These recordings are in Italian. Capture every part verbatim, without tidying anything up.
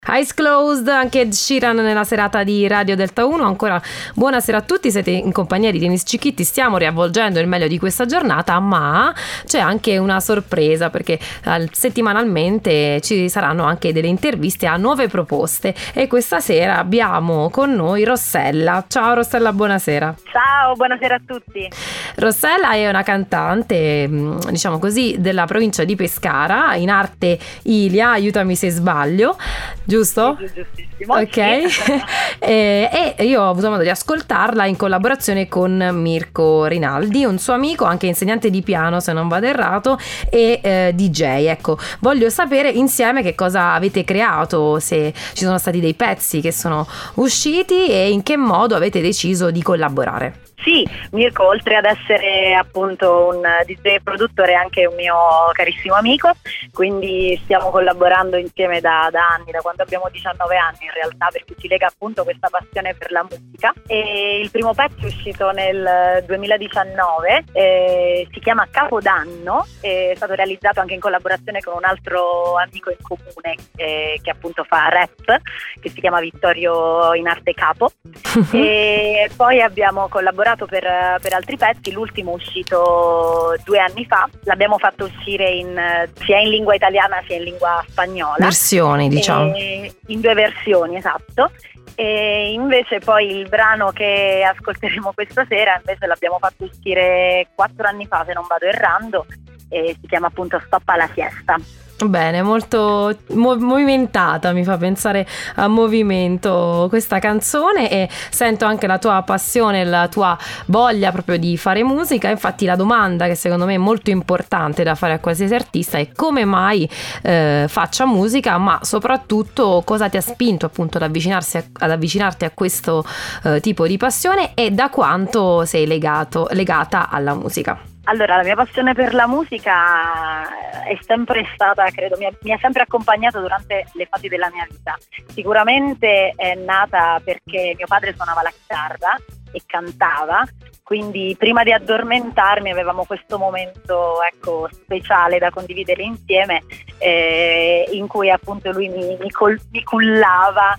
Eyes Closed, anche Ed Sheeran nella serata di Radio Delta uno. Ancora buonasera a tutti, siete in compagnia di Denise Cicchitti, stiamo riavvolgendo il meglio di questa giornata, ma c'è anche una sorpresa perché eh, settimanalmente ci saranno anche delle interviste a nuove proposte e questa sera abbiamo con noi Rossella. Ciao Rossella, buonasera. Ciao, buonasera a tutti. Rossella è una cantante, diciamo così, della provincia di Pescara, in arte Ilia, aiutami se sbaglio, giusto? Sì, giustissimo. Ok. e, e io ho avuto modo di ascoltarla in collaborazione con Mirko Rinaldi, un suo amico, anche insegnante di piano se non vado errato, e eh, D J. Ecco, voglio sapere insieme che cosa avete creato, se ci sono stati dei pezzi che sono usciti e in che modo avete deciso di collaborare. Sì, Mirko, oltre ad essere appunto un D J produttore, è anche un mio carissimo amico, quindi stiamo collaborando insieme da, da anni, da quando abbiamo diciannove anni in realtà, perché ci lega appunto questa passione per la musica. E il primo pezzo è uscito nel duemiladiciannove, eh, si chiama Capodanno, è stato realizzato anche in collaborazione con un altro amico in comune eh, che appunto fa rap, che si chiama Vittorio in arte Capo. E poi abbiamo collaborato Per, per altri pezzi, l'ultimo uscito due anni fa, l'abbiamo fatto uscire in, sia in lingua italiana sia in lingua spagnola. Versioni, diciamo. E, in due versioni, esatto. E invece poi il brano che ascolteremo questa sera invece l'abbiamo fatto uscire quattro anni fa, se non vado errando, e si chiama appunto Stop alla siesta. Bene, molto mo- movimentata, mi fa pensare a movimento questa canzone, e sento anche la tua passione, la tua voglia proprio di fare musica. Infatti la domanda che secondo me è molto importante da fare a qualsiasi artista è come mai eh, faccia musica, ma soprattutto cosa ti ha spinto appunto ad avvicinarsi a, ad avvicinarti a questo eh, tipo di passione, e da quanto sei legato, legata alla musica. Allora, la mia passione per la musica è sempre stata, credo, mi ha, mi ha sempre accompagnato durante le fasi della mia vita. Sicuramente è nata perché mio padre suonava la chitarra e cantava, quindi prima di addormentarmi avevamo questo momento, ecco, speciale da condividere insieme, eh, in cui appunto lui mi, mi, col, mi cullava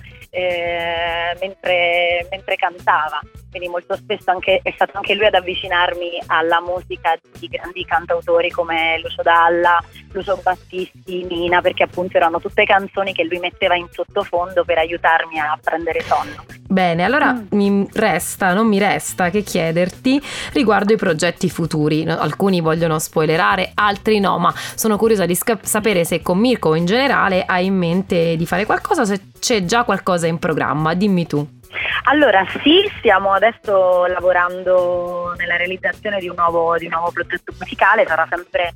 eh, mentre, mentre cantava. Quindi molto spesso anche, è stato anche lui ad avvicinarmi alla musica di grandi cantautori come Lucio Dalla, Lucio Battisti, Mina, perché appunto erano tutte canzoni che lui metteva in sottofondo per aiutarmi a prendere sonno. Bene, allora mm. mi resta, non mi resta che chiederti riguardo i progetti futuri. Alcuni vogliono spoilerare, altri no, ma sono curiosa di sca- sapere se con Mirko o in generale hai in mente di fare qualcosa, se c'è già qualcosa in programma. Dimmi tu. Allora sì, stiamo adesso lavorando nella realizzazione di un nuovo, di un nuovo progetto musicale. Sarà sempre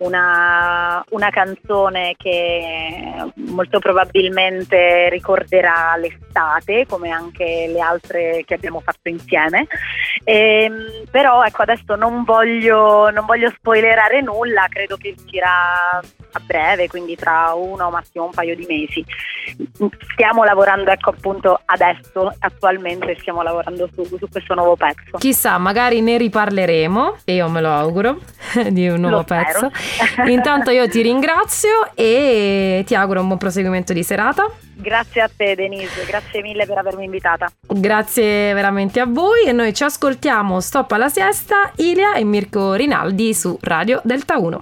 una, una canzone che molto probabilmente ricorderà l'estate, come anche le altre che abbiamo fatto insieme. E, però ecco, adesso non voglio, non voglio spoilerare nulla, credo che uscirà a breve, quindi tra uno o massimo un paio di mesi. Stiamo lavorando, ecco, appunto adesso, attualmente stiamo lavorando su, su questo nuovo pezzo. Chissà, magari ne riparleremo, e io me lo auguro, di un nuovo lo pezzo. Intanto io ti ringrazio e ti auguro un buon proseguimento di serata. Grazie a te Denise, grazie mille per avermi invitata. Grazie veramente a voi, e noi ci ascoltiamo Stop alla siesta, Ilia e Mirko Rinaldi su Radio Delta uno.